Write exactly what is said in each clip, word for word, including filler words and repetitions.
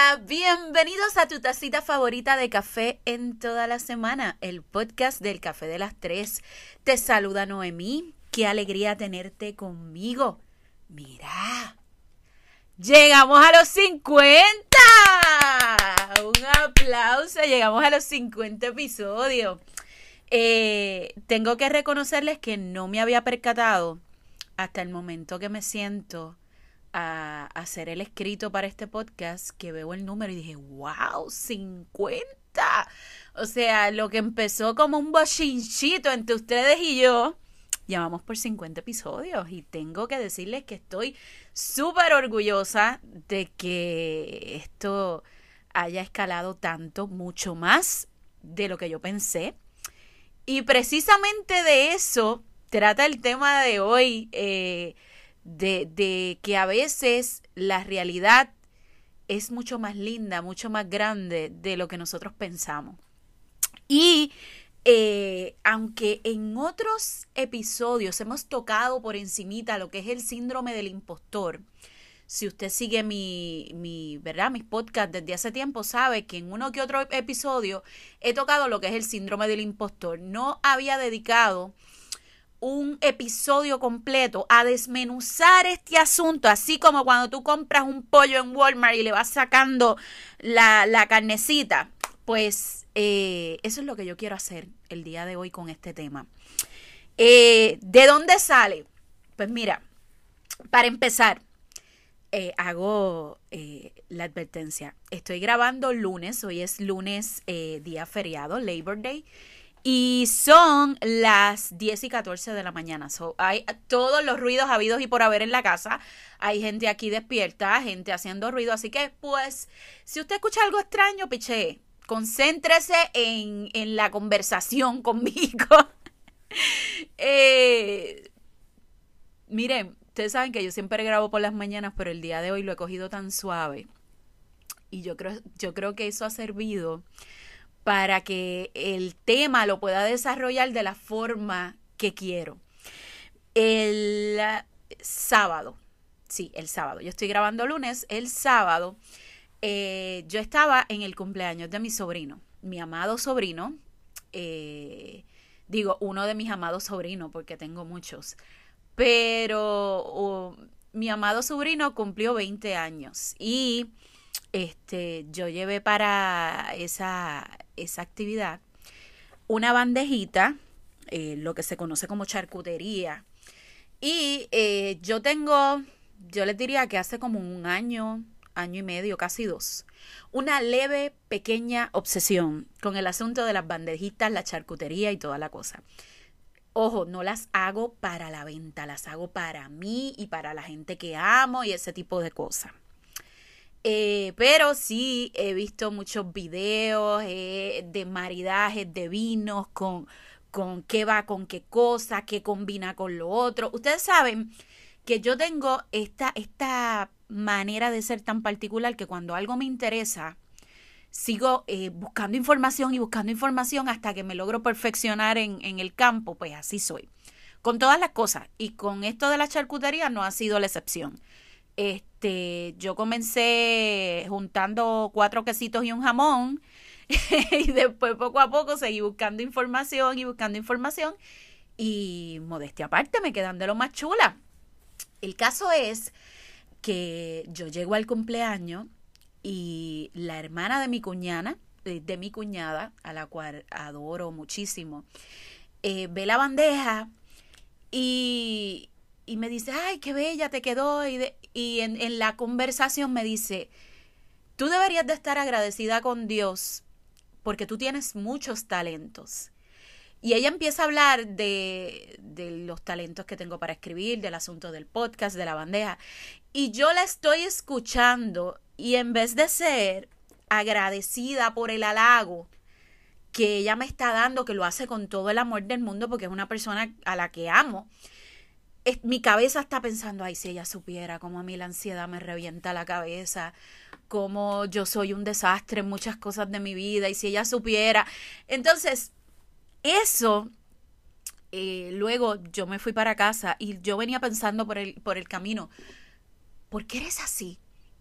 Hola, bienvenidos a tu tacita favorita de café en toda la semana, el podcast del Café de las Tres. Te saluda Noemí, qué alegría tenerte conmigo. Mira, llegamos a los cincuenta. Un aplauso, llegamos a los cincuenta episodios. Eh, tengo que reconocerles que no me había percatado hasta el momento que me siento a hacer el escrito para este podcast, que veo el número y dije, wow, cincuenta. O sea, lo que empezó como un bochinchito entre ustedes y yo, ya vamos por cincuenta episodios y tengo que decirles que estoy súper orgullosa de que esto haya escalado tanto, mucho más de lo que yo pensé. Y precisamente de eso trata el tema de hoy, eh, De, de que a veces la realidad es mucho más linda, mucho más grande de lo que nosotros pensamos. Y eh, aunque en otros episodios hemos tocado por encimita lo que es el síndrome del impostor, si usted sigue mi, mi, ¿verdad? mis podcasts desde hace tiempo, sabe que en uno que otro episodio he tocado lo que es el síndrome del impostor. No había dedicado un episodio completo a desmenuzar este asunto, así como cuando tú compras un pollo en Walmart y le vas sacando la, la carnecita. Pues eh, eso es lo que yo quiero hacer el día de hoy con este tema. Eh, ¿De dónde sale? Pues mira, para empezar, eh, hago eh, la advertencia. Estoy grabando lunes, hoy es lunes, eh, día feriado, Labor Day. Y son las diez y catorce de la mañana. So, hay todos los ruidos habidos y por haber en la casa. Hay gente aquí despierta, gente haciendo ruido. Así que, pues, si usted escucha algo extraño, piche, concéntrese en, en la conversación conmigo. eh, miren, ustedes saben que yo siempre grabo por las mañanas, pero el día de hoy lo he cogido tan suave. Y yo creo, yo creo que eso ha servido para que el tema lo pueda desarrollar de la forma que quiero. El sábado, sí, el sábado, yo estoy grabando lunes, el sábado eh, yo estaba en el cumpleaños de mi sobrino, mi amado sobrino, eh, digo, uno de mis amados sobrinos, porque tengo muchos, pero uh, mi amado sobrino cumplió veinte años y Este, yo llevé para esa, esa actividad una bandejita, eh, lo que se conoce como charcutería. Y eh, yo tengo, yo les diría que hace como un año, año y medio, casi dos, una leve, pequeña obsesión con el asunto de las bandejitas, la charcutería y toda la cosa. Ojo, no las hago para la venta, las hago para mí y para la gente que amo y ese tipo de cosas. Eh, pero sí he visto muchos videos eh, de maridajes de vinos con, con qué va con qué cosa, qué combina con lo otro. Ustedes saben que yo tengo esta, esta manera de ser tan particular que cuando algo me interesa, sigo eh, buscando información y buscando información hasta que me logro perfeccionar en, en el campo. Pues así soy. Con todas las cosas. Y con esto de la charcutería no ha sido la excepción. Este, yo comencé juntando cuatro quesitos y un jamón y después poco a poco seguí buscando información y buscando información y modestia aparte me quedan de lo más chula. El caso es que yo llego al cumpleaños y la hermana de mi cuñada, de, de mi cuñada, a la cual adoro muchísimo, eh, ve la bandeja y... Y me dice, ay, qué bella te quedó. Y, de, y en, en la conversación me dice, tú deberías de estar agradecida con Dios porque tú tienes muchos talentos. Y ella empieza a hablar de, de los talentos que tengo para escribir, del asunto del podcast, de la bandeja. Y yo la estoy escuchando y en vez de ser agradecida por el halago que ella me está dando, que lo hace con todo el amor del mundo porque es una persona a la que amo, Es, mi cabeza está pensando, ay, si ella supiera cómo a mí la ansiedad me revienta la cabeza, cómo yo soy un desastre en muchas cosas de mi vida, y si ella supiera. Entonces, eso, eh, luego yo me fui para casa y yo venía pensando por el, por el camino, ¿por qué eres así?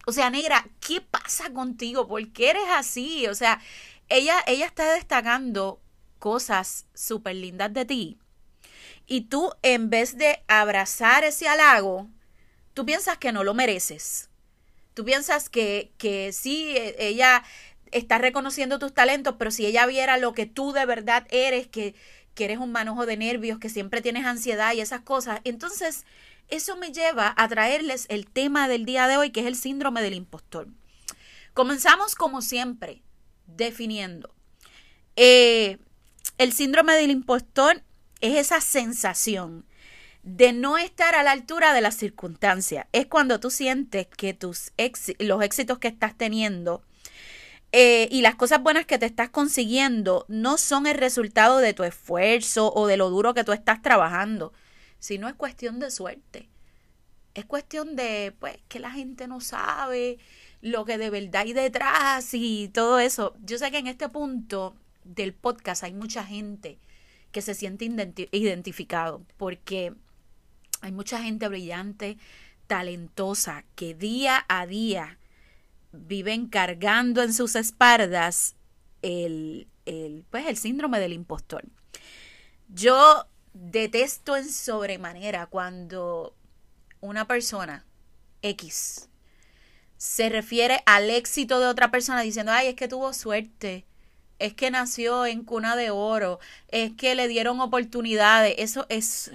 O sea, negra, ¿qué pasa contigo? ¿Por qué eres así? O sea, ella, ella está destacando cosas súper lindas de ti. Y tú, en vez de abrazar ese halago, tú piensas que no lo mereces. Tú piensas que, que sí, ella está reconociendo tus talentos, pero si ella viera lo que tú de verdad eres, que, que eres un manojo de nervios, que siempre tienes ansiedad y esas cosas, entonces eso me lleva a traerles el tema del día de hoy, que es el síndrome del impostor. Comenzamos como siempre, definiendo. Eh, el síndrome del impostor es esa sensación de no estar a la altura de las circunstancias. Es cuando tú sientes que tus ex, los éxitos que estás teniendo eh, y las cosas buenas que te estás consiguiendo no son el resultado de tu esfuerzo o de lo duro que tú estás trabajando, sino es cuestión de suerte. Es cuestión de, pues, que la gente no sabe lo que de verdad hay detrás y todo eso. Yo sé que en este punto del podcast hay mucha gente que se siente identi- identificado porque hay mucha gente brillante, talentosa, que día a día viven cargando en sus espaldas el, el, pues el síndrome del impostor. Yo detesto en sobremanera cuando una persona X se refiere al éxito de otra persona diciendo, ay, es que tuvo suerte, es que nació en cuna de oro, es que le dieron oportunidades. Eso es...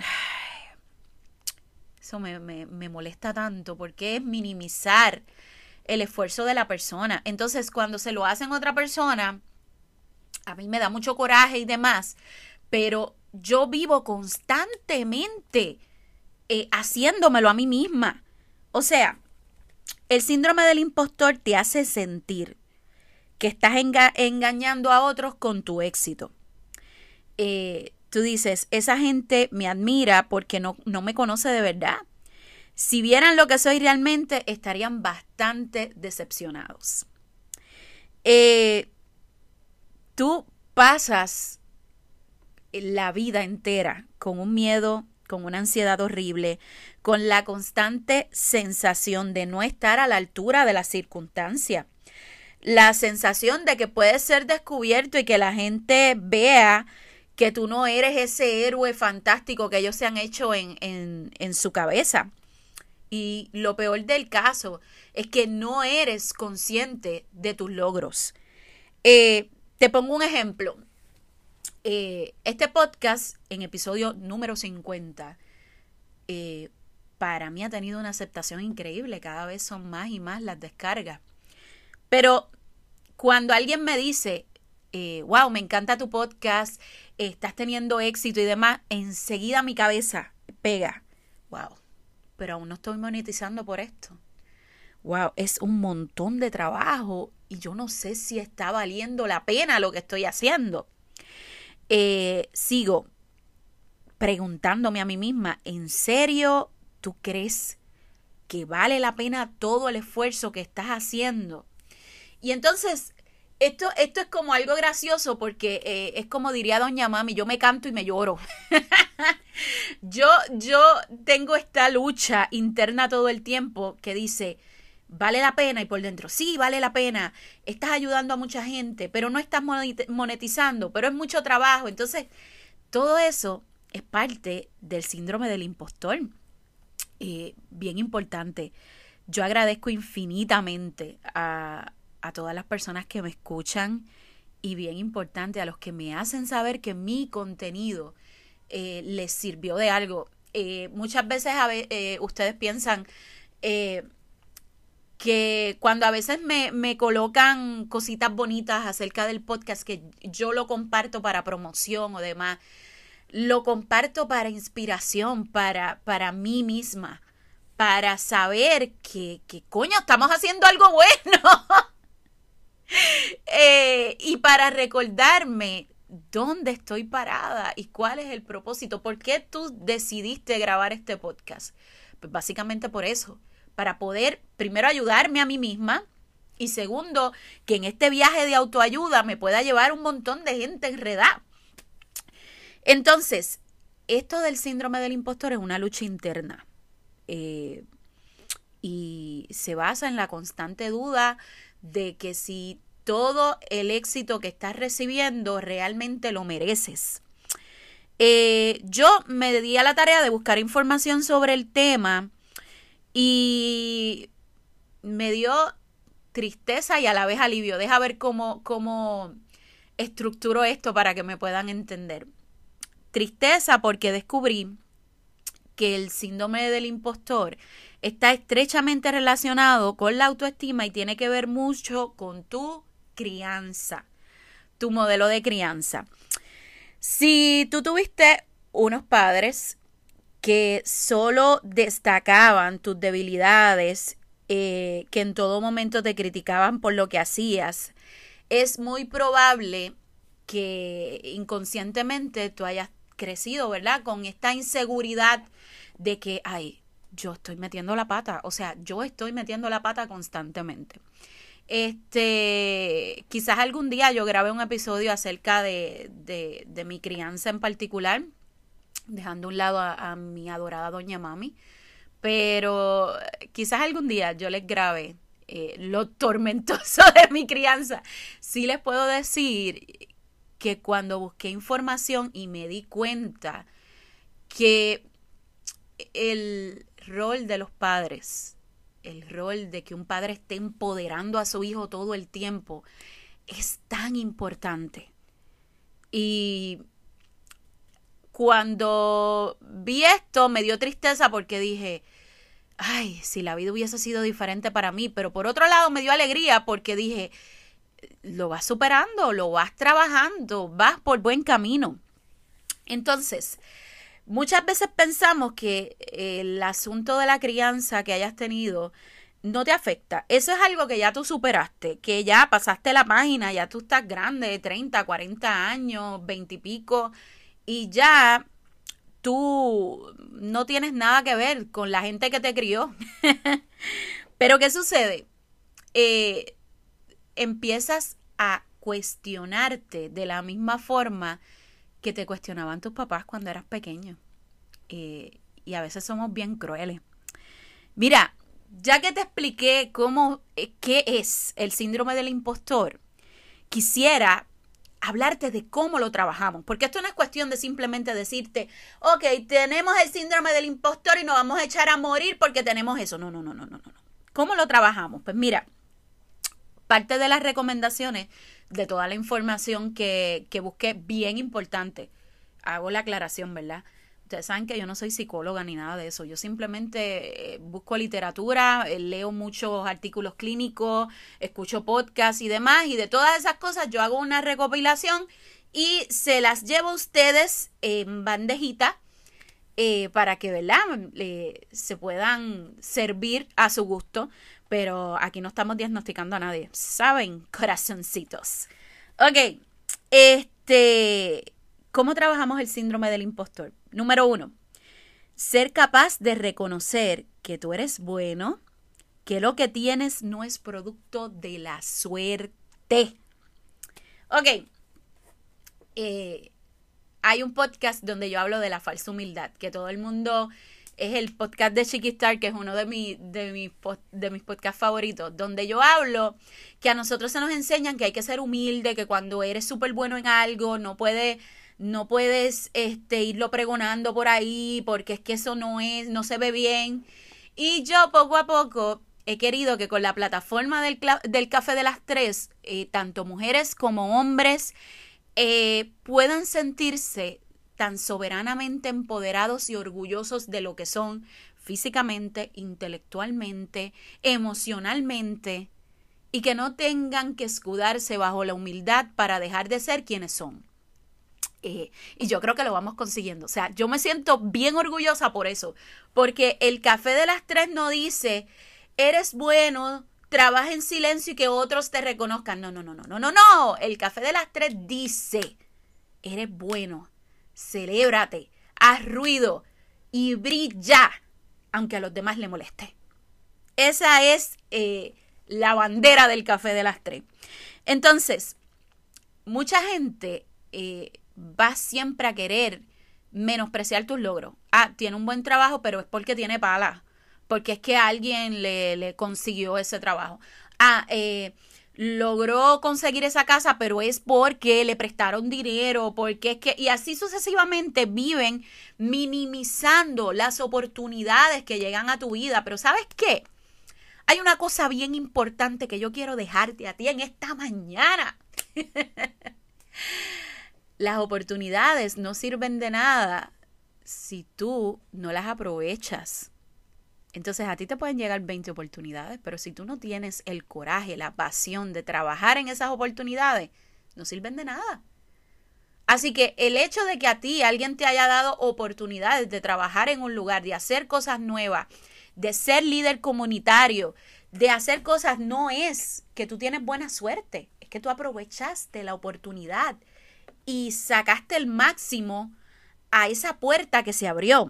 Eso me, me, me molesta tanto porque es minimizar el esfuerzo de la persona. Entonces, cuando se lo hacen a otra persona, a mí me da mucho coraje y demás, pero yo vivo constantemente eh, haciéndomelo a mí misma. O sea, el síndrome del impostor te hace sentir que estás enga- engañando a otros con tu éxito. Eh, tú dices, esa gente me admira porque no, no me conoce de verdad. Si vieran lo que soy realmente, estarían bastante decepcionados. Eh, tú pasas la vida entera con un miedo, con una ansiedad horrible, con la constante sensación de no estar a la altura de la circunstancia. La sensación de que puedes ser descubierto y que la gente vea que tú no eres ese héroe fantástico que ellos se han hecho en, en, en su cabeza. Y lo peor del caso es que no eres consciente de tus logros. Eh, te pongo un ejemplo. Eh, este podcast, en episodio número cincuenta, eh, para mí ha tenido una aceptación increíble. Cada vez son más y más las descargas. Pero cuando alguien me dice, eh, wow, me encanta tu podcast, eh, estás teniendo éxito y demás, enseguida mi cabeza pega, wow, pero aún no estoy monetizando por esto. Wow, es un montón de trabajo y yo no sé si está valiendo la pena lo que estoy haciendo. Eh, sigo preguntándome a mí misma, ¿en serio tú crees que vale la pena todo el esfuerzo que estás haciendo? Y entonces, esto, esto es como algo gracioso porque eh, es como diría doña Mami, yo me canto y me lloro. yo, yo tengo esta lucha interna todo el tiempo que dice, vale la pena, y por dentro, sí, vale la pena, estás ayudando a mucha gente, pero no estás monetizando, pero es mucho trabajo. Entonces, todo eso es parte del síndrome del impostor. Eh, bien importante. Yo agradezco infinitamente a... a todas las personas que me escuchan y bien importante a los que me hacen saber que mi contenido eh, les sirvió de algo. Eh, muchas veces a ve, eh, ustedes piensan eh, que cuando a veces me, me colocan cositas bonitas acerca del podcast, que yo lo comparto para promoción o demás, lo comparto para inspiración, para, para mí misma, para saber que, que coño, estamos haciendo algo bueno. Eh, y para recordarme dónde estoy parada y cuál es el propósito. ¿Por qué tú decidiste grabar este podcast? Pues básicamente por eso, para poder primero ayudarme a mí misma y segundo, que en este viaje de autoayuda me pueda llevar un montón de gente enredada. Entonces, esto del síndrome del impostor es una lucha interna. Eh, y se basa en la constante duda de que si todo el éxito que estás recibiendo realmente lo mereces. Eh, yo me di a la tarea de buscar información sobre el tema y me dio tristeza y a la vez alivio. Deja ver cómo, cómo estructuro esto para que me puedan entender. Tristeza porque descubrí que el síndrome del impostor está estrechamente relacionado con la autoestima y tiene que ver mucho con tu crianza, tu modelo de crianza. Si tú tuviste unos padres que solo destacaban tus debilidades, eh, que en todo momento te criticaban por lo que hacías, es muy probable que inconscientemente tú hayas crecido, ¿verdad? Con esta inseguridad de que, ay, yo estoy metiendo la pata, o sea, yo estoy metiendo la pata constantemente. Este, quizás algún día yo grabé un episodio acerca de, de, de mi crianza en particular, dejando a un lado a, a mi adorada doña Mami, pero quizás algún día yo les grabe eh, lo tormentoso de mi crianza. Sí les puedo decir que cuando busqué información y me di cuenta que el rol de los padres, el rol de que un padre esté empoderando a su hijo todo el tiempo es tan importante. Y cuando vi esto me dio tristeza porque dije, ay, si la vida hubiese sido diferente para mí, pero por otro lado me dio alegría porque dije, lo vas superando, lo vas trabajando, vas por buen camino. Entonces, muchas veces pensamos que el asunto de la crianza que hayas tenido no te afecta. Eso es algo que ya tú superaste, que ya pasaste la página, ya tú estás grande, treinta, cuarenta años, veinte y pico, y ya tú no tienes nada que ver con la gente que te crió. Pero ¿qué sucede? Eh, empiezas a cuestionarte de la misma forma que te cuestionaban tus papás cuando eras pequeño. Eh, y a veces somos bien crueles. Mira, ya que te expliqué cómo, eh, qué es el síndrome del impostor, quisiera hablarte de cómo lo trabajamos. Porque esto no es cuestión de simplemente decirte, ok, tenemos el síndrome del impostor y nos vamos a echar a morir porque tenemos eso. No, no, no, no, no, no. ¿Cómo lo trabajamos? Pues mira, parte de las recomendaciones de toda la información que, que busqué, bien importante. Hago la aclaración, ¿verdad? Ustedes saben que yo no soy psicóloga ni nada de eso. Yo simplemente eh, busco literatura, eh, leo muchos artículos clínicos, escucho podcasts y demás. Y de todas esas cosas yo hago una recopilación y se las llevo a ustedes en bandejita eh, para que, ¿verdad? Eh, se puedan servir a su gusto. Pero aquí no estamos diagnosticando a nadie. ¿Saben? Corazoncitos. Ok. Este, ¿cómo trabajamos el síndrome del impostor? Número uno, ser capaz de reconocer que tú eres bueno, que lo que tienes no es producto de la suerte. Ok. Eh, hay un podcast donde yo hablo de la falsa humildad, que todo el mundo... Es el podcast de Chiquistar, que es uno de, mi, de, mis, de mis podcasts favoritos, donde yo hablo que a nosotros se nos enseñan que hay que ser humilde, que cuando eres súper bueno en algo no, puede, no puedes este, irlo pregonando por ahí porque es que eso no es, no se ve bien. Y yo poco a poco he querido que con la plataforma del, del Café de las Tres, eh, tanto mujeres como hombres eh, puedan sentirse tan soberanamente empoderados y orgullosos de lo que son físicamente, intelectualmente, emocionalmente, y que no tengan que escudarse bajo la humildad para dejar de ser quienes son. Eh, y yo creo que lo vamos consiguiendo. O sea, yo me siento bien orgullosa por eso, porque el Café de las Tres no dice, eres bueno, trabaja en silencio y que otros te reconozcan. No, no, no, no, no, no, no. El Café de las Tres dice, eres bueno, celébrate, haz ruido y brilla, aunque a los demás le moleste. Esa es eh, la bandera del Café de las Tres. Entonces, mucha gente eh, va siempre a querer menospreciar tus logros. Ah, tiene un buen trabajo, pero es porque tiene pala. porque es que alguien le, le consiguió ese trabajo. Ah, eh, logró conseguir esa casa, pero es porque le prestaron dinero, porque es que, y así sucesivamente viven minimizando las oportunidades que llegan a tu vida. Pero ¿sabes qué? Hay una cosa bien importante que yo quiero dejarte a ti en esta mañana. Las oportunidades no sirven de nada si tú no las aprovechas. Entonces a ti te pueden llegar veinte oportunidades, pero si tú no tienes el coraje, la pasión de trabajar en esas oportunidades, no sirven de nada. Así que el hecho de que a ti alguien te haya dado oportunidades de trabajar en un lugar, de hacer cosas nuevas, de ser líder comunitario, de hacer cosas, no es que tú tienes buena suerte, es que tú aprovechaste la oportunidad y sacaste el máximo a esa puerta que se abrió.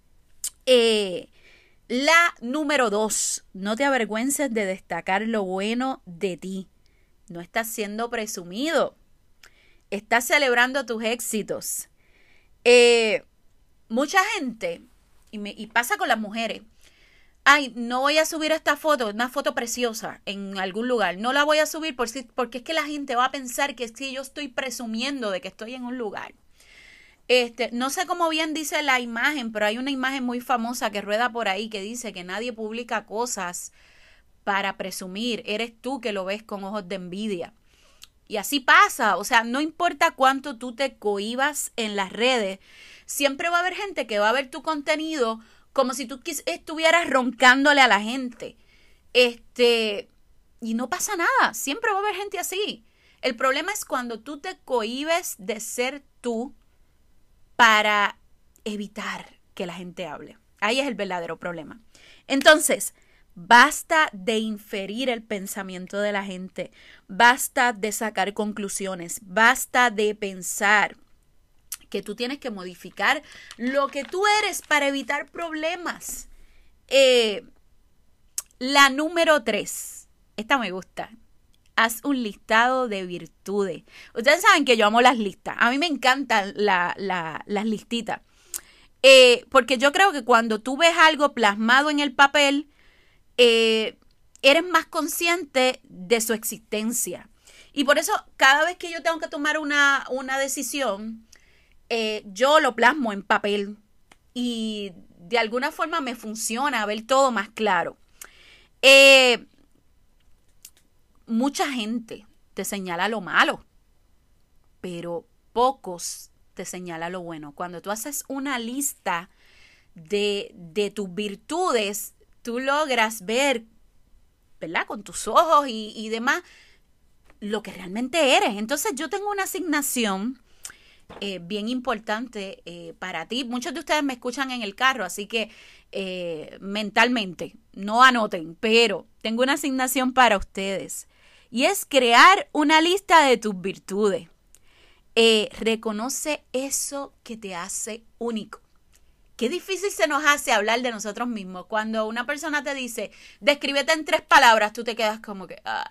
Eh... La número dos, no te avergüences de destacar lo bueno de ti. No estás siendo presumido. Estás celebrando tus éxitos. Eh, mucha gente, y, me, y pasa con las mujeres, ay, no voy a subir esta foto, una foto preciosa en algún lugar. No la voy a subir por si, porque es que la gente va a pensar que si yo estoy presumiendo de que estoy en un lugar. Este, no sé cómo bien dice la imagen, pero hay una imagen muy famosa que rueda por ahí que dice que nadie publica cosas para presumir. Eres tú que lo ves con ojos de envidia. Y así pasa. O sea, no importa cuánto tú te cohibas en las redes, siempre va a haber gente que va a ver tu contenido como si tú estuvieras roncándole a la gente. Este, y no pasa nada. Siempre va a haber gente así. El problema es cuando tú te cohibes de ser tú para evitar que la gente hable. Ahí es el verdadero problema. Entonces, basta de inferir el pensamiento de la gente. Basta de sacar conclusiones. Basta de pensar que tú tienes que modificar lo que tú eres para evitar problemas. Eh, la número tres. Esta me gusta. Haz un listado de virtudes. Ustedes saben que yo amo las listas. A mí me encantan la, la, las listitas. Eh, porque yo creo que cuando tú ves algo plasmado en el papel, eh, eres más consciente de su existencia. Y por eso, cada vez que yo tengo que tomar una, una decisión, eh, yo lo plasmo en papel. Y de alguna forma me funciona ver todo más claro. Eh... Mucha gente te señala lo malo, pero pocos te señala lo bueno. Cuando tú haces una lista de, de tus virtudes, tú logras ver, ¿verdad? Con tus ojos y, y demás, lo que realmente eres. Entonces yo tengo una asignación eh, bien importante eh, para ti. Muchos de ustedes me escuchan en el carro, así que eh, mentalmente no anoten, pero tengo una asignación para ustedes. Y es crear una lista de tus virtudes. Eh, reconoce eso que te hace único. Qué difícil se nos hace hablar de nosotros mismos. Cuando una persona te dice, descríbete en tres palabras, tú te quedas como que, ah,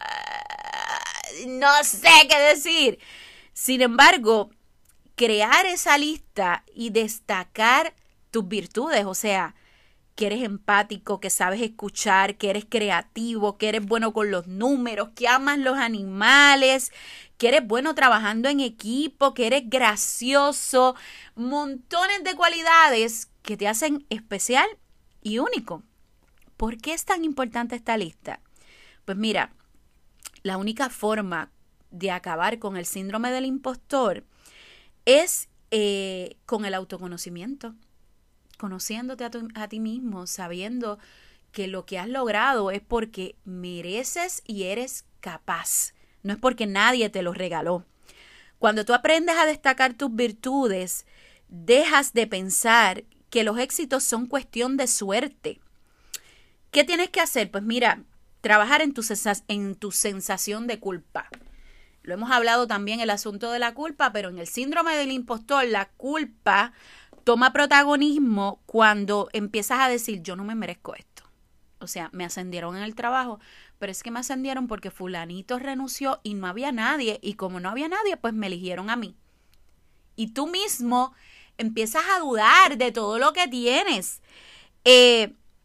no sé qué decir. Sin embargo, crear esa lista y destacar tus virtudes, o sea, que eres empático, que sabes escuchar, que eres creativo, que eres bueno con los números, que amas los animales, que eres bueno trabajando en equipo, que eres gracioso, montones de cualidades que te hacen especial y único. ¿Por qué es tan importante esta lista? Pues mira, la única forma de acabar con el síndrome del impostor es eh, con el autoconocimiento. Conociéndote a, tu, a ti mismo, sabiendo que lo que has logrado es porque mereces y eres capaz. No es porque nadie te lo regaló. Cuando tú aprendes a destacar tus virtudes, dejas de pensar que los éxitos son cuestión de suerte. ¿Qué tienes que hacer? Pues mira, trabajar en tu, sens- en tu sensación de culpa. Lo hemos hablado también el asunto de la culpa, pero en el síndrome del impostor, la culpa toma protagonismo cuando empiezas a decir, yo no me merezco esto. O sea, me ascendieron en el trabajo, pero es que me ascendieron porque fulanito renunció y no había nadie. Y como no había nadie, pues me eligieron a mí. Y tú mismo empiezas a dudar de todo lo que tienes. Eh,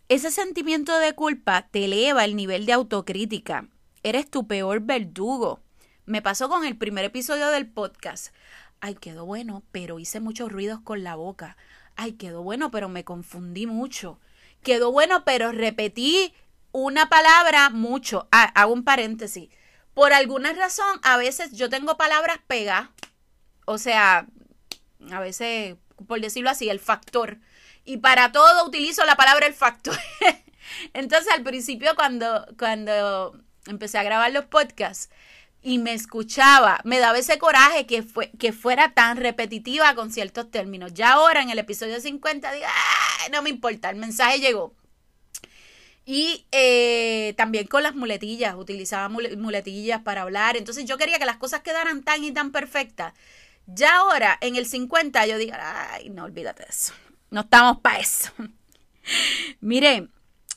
Ese sentimiento de culpa te eleva el nivel de autocrítica. Eres tu peor verdugo. Me pasó con el primer episodio del podcast. Ay, quedó bueno, pero hice muchos ruidos con la boca. Ay, quedó bueno, pero me confundí mucho. Quedó bueno, pero repetí una palabra mucho. Ah, hago un paréntesis. Por alguna razón, a veces yo tengo palabras pegadas. O sea, a veces, por decirlo así, el factor. Y para todo utilizo la palabra el factor. Entonces, al principio, cuando, cuando empecé a grabar los podcasts y me escuchaba, me daba ese coraje que, fue, que fuera tan repetitiva con ciertos términos. Ya ahora, en el episodio cincuenta, digo, ¡ah! No me importa, el mensaje llegó. Y eh, también con las muletillas, utilizaba muletillas para hablar. Entonces yo quería que las cosas quedaran tan y tan perfectas. Ya ahora, en el cincuenta, yo digo, ay, no, olvídate de eso. No estamos para eso. Mire,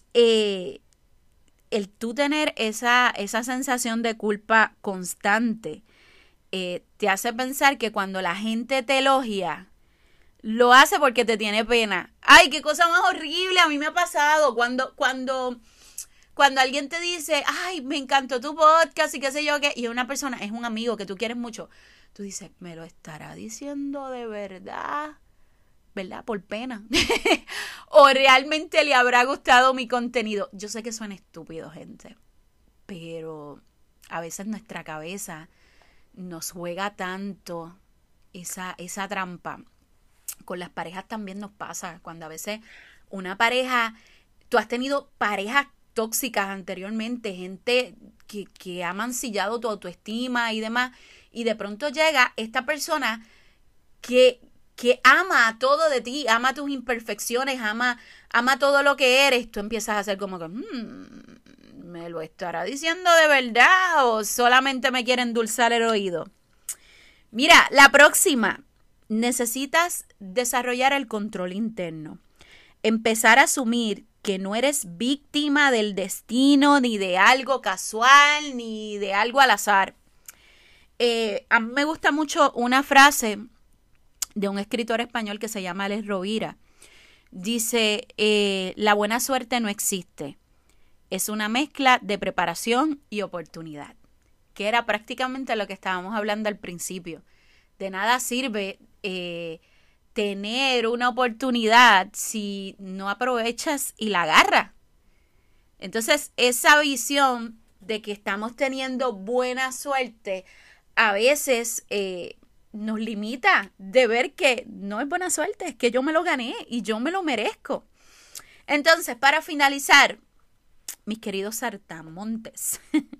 eh, el tú tener esa, esa sensación de culpa constante eh, te hace pensar que cuando la gente te elogia, lo hace porque te tiene pena. Ay, qué cosa más horrible, a mí me ha pasado cuando, cuando, cuando alguien te dice, ay, me encantó tu podcast y qué sé yo qué, y una persona, es un amigo que tú quieres mucho, tú dices, me lo estará diciendo de verdad, ¿verdad? Por pena. O realmente le habrá gustado mi contenido. Yo sé que suena estúpido, gente, pero a veces nuestra cabeza nos juega tanto esa, esa trampa. Con las parejas también nos pasa, cuando a veces una pareja, tú has tenido parejas tóxicas anteriormente, gente que, que ha mancillado tu autoestima y demás, y de pronto llega esta persona que, que ama todo de ti, ama tus imperfecciones, ama, ama todo lo que eres. Tú empiezas a hacer como que, mmm, ¿me lo estará diciendo de verdad o solamente me quiere endulzar el oído? Mira, la próxima. Necesitas desarrollar el control interno. Empezar a asumir que no eres víctima del destino, ni de algo casual, ni de algo al azar. Eh, a mí me gusta mucho una frase de un escritor español que se llama Alex Rovira. Dice, eh, la buena suerte no existe. Es una mezcla de preparación y oportunidad. Que era prácticamente lo que estábamos hablando al principio. De nada sirve eh, tener una oportunidad si no aprovechas y la agarras. Entonces, esa visión de que estamos teniendo buena suerte a veces eh, nos limita de ver que no es buena suerte, es que yo me lo gané y yo me lo merezco. Entonces, para finalizar, mis queridos saltamontes,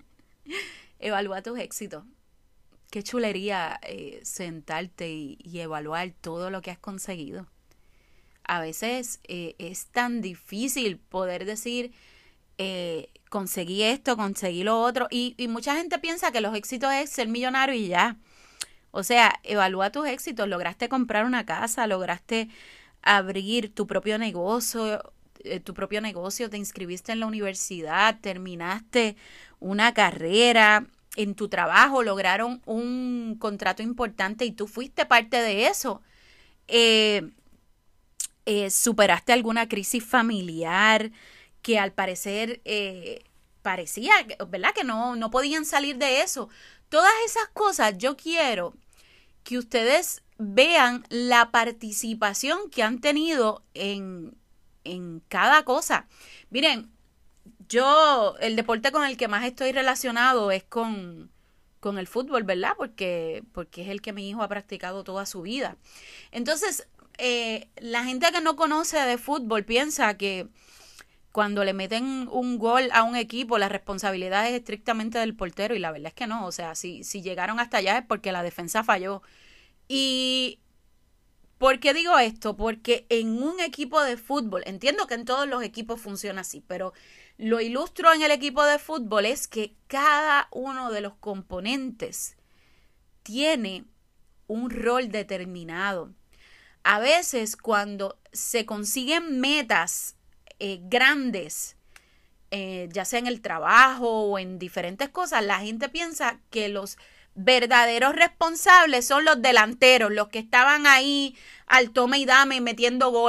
evalúa tus éxitos. Qué chulería eh, sentarte y, y evaluar todo lo que has conseguido. A veces eh, es tan difícil poder decir, eh, conseguí esto, conseguí lo otro. Y, y mucha gente piensa que los éxitos es ser millonario y ya. O sea, evalúa tus éxitos. Lograste comprar una casa, lograste abrir tu propio negocio, eh, tu propio negocio, te inscribiste en la universidad, terminaste una carrera. En tu trabajo lograron un contrato importante y tú fuiste parte de eso. Eh, eh, superaste alguna crisis familiar que al parecer eh, parecía, ¿verdad? Que no, no podían salir de eso. Todas esas cosas yo quiero que ustedes vean la participación que han tenido en, en cada cosa. Miren, yo, el deporte con el que más estoy relacionado es con, con el fútbol, ¿verdad? Porque, porque es el que mi hijo ha practicado toda su vida. Entonces, eh, la gente que no conoce de fútbol piensa que cuando le meten un gol a un equipo, la responsabilidad es estrictamente del portero y la verdad es que no. O sea, si, si llegaron hasta allá es porque la defensa falló. Y ¿por qué digo esto? Porque en un equipo de fútbol, entiendo que en todos los equipos funciona así, pero lo ilustro en el equipo de fútbol es que cada uno de los componentes tiene un rol determinado. A veces cuando se consiguen metas eh, grandes, eh, ya sea en el trabajo o en diferentes cosas, la gente piensa que los verdaderos responsables son los delanteros, los que estaban ahí al tome y dame metiendo goles.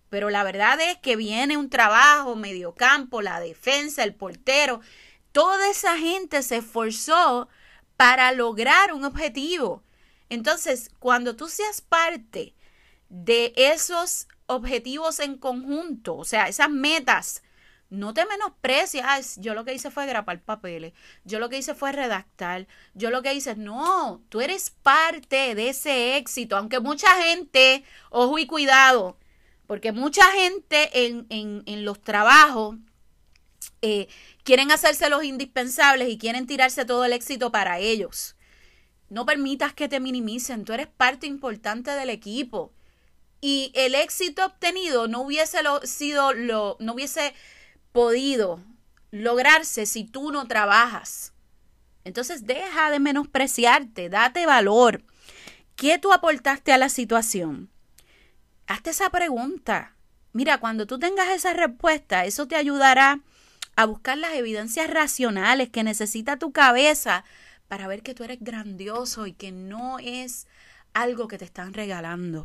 Pero la verdad es que viene un trabajo, mediocampo, la defensa, el portero. Toda esa gente se esforzó para lograr un objetivo. Entonces, cuando tú seas parte de esos objetivos en conjunto, o sea, esas metas, no te menosprecies. Ah, yo lo que hice fue grapar papeles, yo lo que hice fue redactar, yo lo que hice, no, tú eres parte de ese éxito, aunque mucha gente, ojo y cuidado, porque mucha gente en, en, en los trabajos eh, quieren hacerse los indispensables y quieren tirarse todo el éxito para ellos. No permitas que te minimicen, tú eres parte importante del equipo. Y el éxito obtenido no hubiese lo, sido lo, no hubiese podido lograrse si tú no trabajas. Entonces deja de menospreciarte, date valor. ¿Qué tú aportaste a la situación? Hazte esa pregunta. Mira, cuando tú tengas esa respuesta, eso te ayudará a buscar las evidencias racionales que necesita tu cabeza para ver que tú eres grandioso y que no es algo que te están regalando.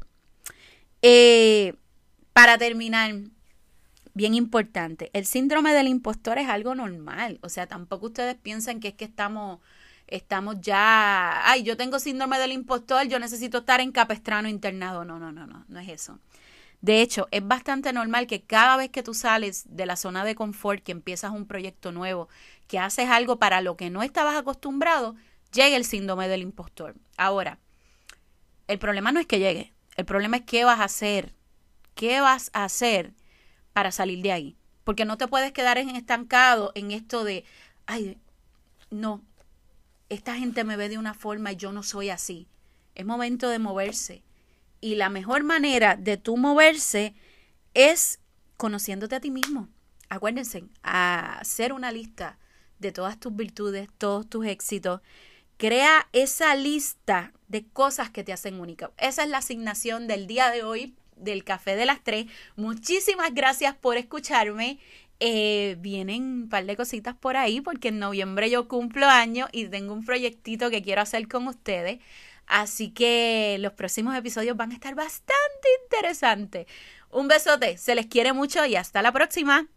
Eh, para terminar, bien importante, el síndrome del impostor es algo normal. O sea, tampoco ustedes piensan que es que estamos, estamos ya, ay, yo tengo síndrome del impostor, yo necesito estar en Capestrano internado. No, no, no, no, no es eso. De hecho, es bastante normal que cada vez que tú sales de la zona de confort, que empiezas un proyecto nuevo, que haces algo para lo que no estabas acostumbrado, llegue el síndrome del impostor. Ahora, el problema no es que llegue. El problema es qué vas a hacer, qué vas a hacer para salir de ahí. Porque no te puedes quedar estancado en esto de, ay, no, esta gente me ve de una forma y yo no soy así. Es momento de moverse. Y la mejor manera de tú moverse es conociéndote a ti mismo. Acuérdense, a hacer una lista de todas tus virtudes, todos tus éxitos. Crea esa lista de cosas que te hacen única. Esa es la asignación del día de hoy del Café de las Tres. Muchísimas gracias por escucharme. Eh, vienen un par de cositas por ahí porque en noviembre yo cumplo años y tengo un proyectito que quiero hacer con ustedes. Así que los próximos episodios van a estar bastante interesantes. Un besote, se les quiere mucho y hasta la próxima.